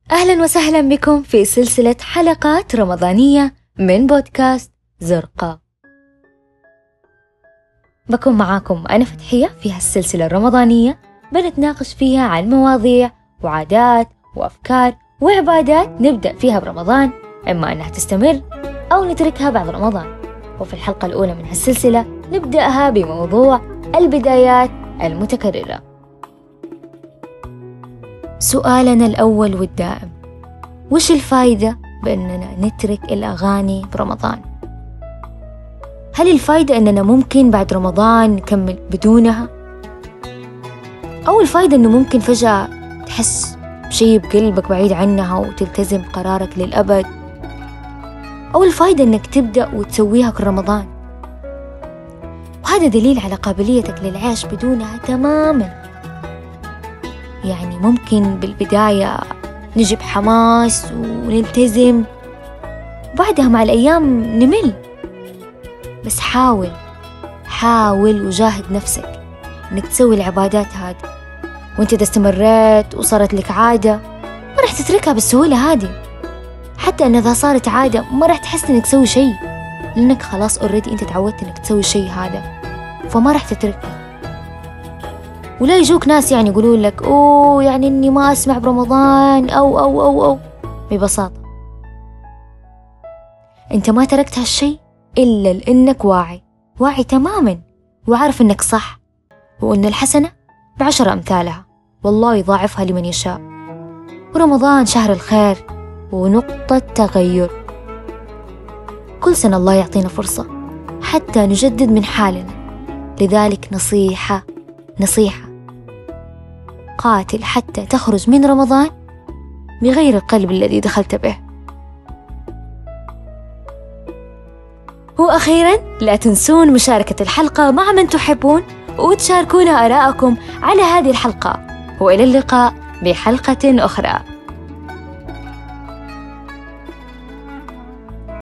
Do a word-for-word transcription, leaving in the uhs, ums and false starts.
أهلا وسهلا بكم في سلسلة حلقات رمضانية من بودكاست زرقاء. بكون معاكم أنا فتحية في هالسلسلة الرمضانية، بنتناقش فيها عن مواضيع وعادات وأفكار وعبادات نبدأ فيها برمضان، إما أنها تستمر أو نتركها بعد رمضان. وفي الحلقة الأولى من هالسلسلة نبدأها بموضوع البدايات المتكررة. سؤالنا الأول والدائم: وش الفايدة بأننا نترك الأغاني برمضان؟ هل الفايدة أننا ممكن بعد رمضان نكمل بدونها؟ أو الفايدة أنه ممكن فجأة تحس بشيء بقلبك بعيد عنها وتلتزم قرارك للأبد؟ أو الفايدة أنك تبدأ وتسويها كل رمضان؟ وهذا دليل على قابليتك للعيش بدونها تماماً. يعني ممكن بالبداية نجيب حماس ونلتزم، وبعدها مع الأيام نمل. بس حاول حاول وجاهد نفسك إنك تسوي العبادات هذه، وإنت إذا استمريت وصارت لك عادة ما رح تتركها بالسهولة هذه. حتى إن إذا صارت عادة ما رح تحس إنك تسوي شيء، لأنك خلاص أوريدي أنت تعودت إنك تسوي الشيء هذا، فما رح تتركها. ولا يجوك ناس يعني يقولون لك أوه يعني إني ما أسمع برمضان أو أو أو أو ببساطة أنت ما تركت هالشيء إلا لأنك واعي واعي تماما، وعارف إنك صح، وإن الحسنة بعشر أمثالها والله يضاعفها لمن يشاء. ورمضان شهر الخير ونقطة تغير. كل سنة الله يعطينا فرصة حتى نجدد من حالنا. لذلك نصيحة نصيحة قاتل حتى تخرج من رمضان بغير القلب الذي دخلت به. وأخيرا لا تنسون مشاركة الحلقة مع من تحبون وتشاركونا آراءكم على هذه الحلقة. وإلى اللقاء بحلقة أخرى.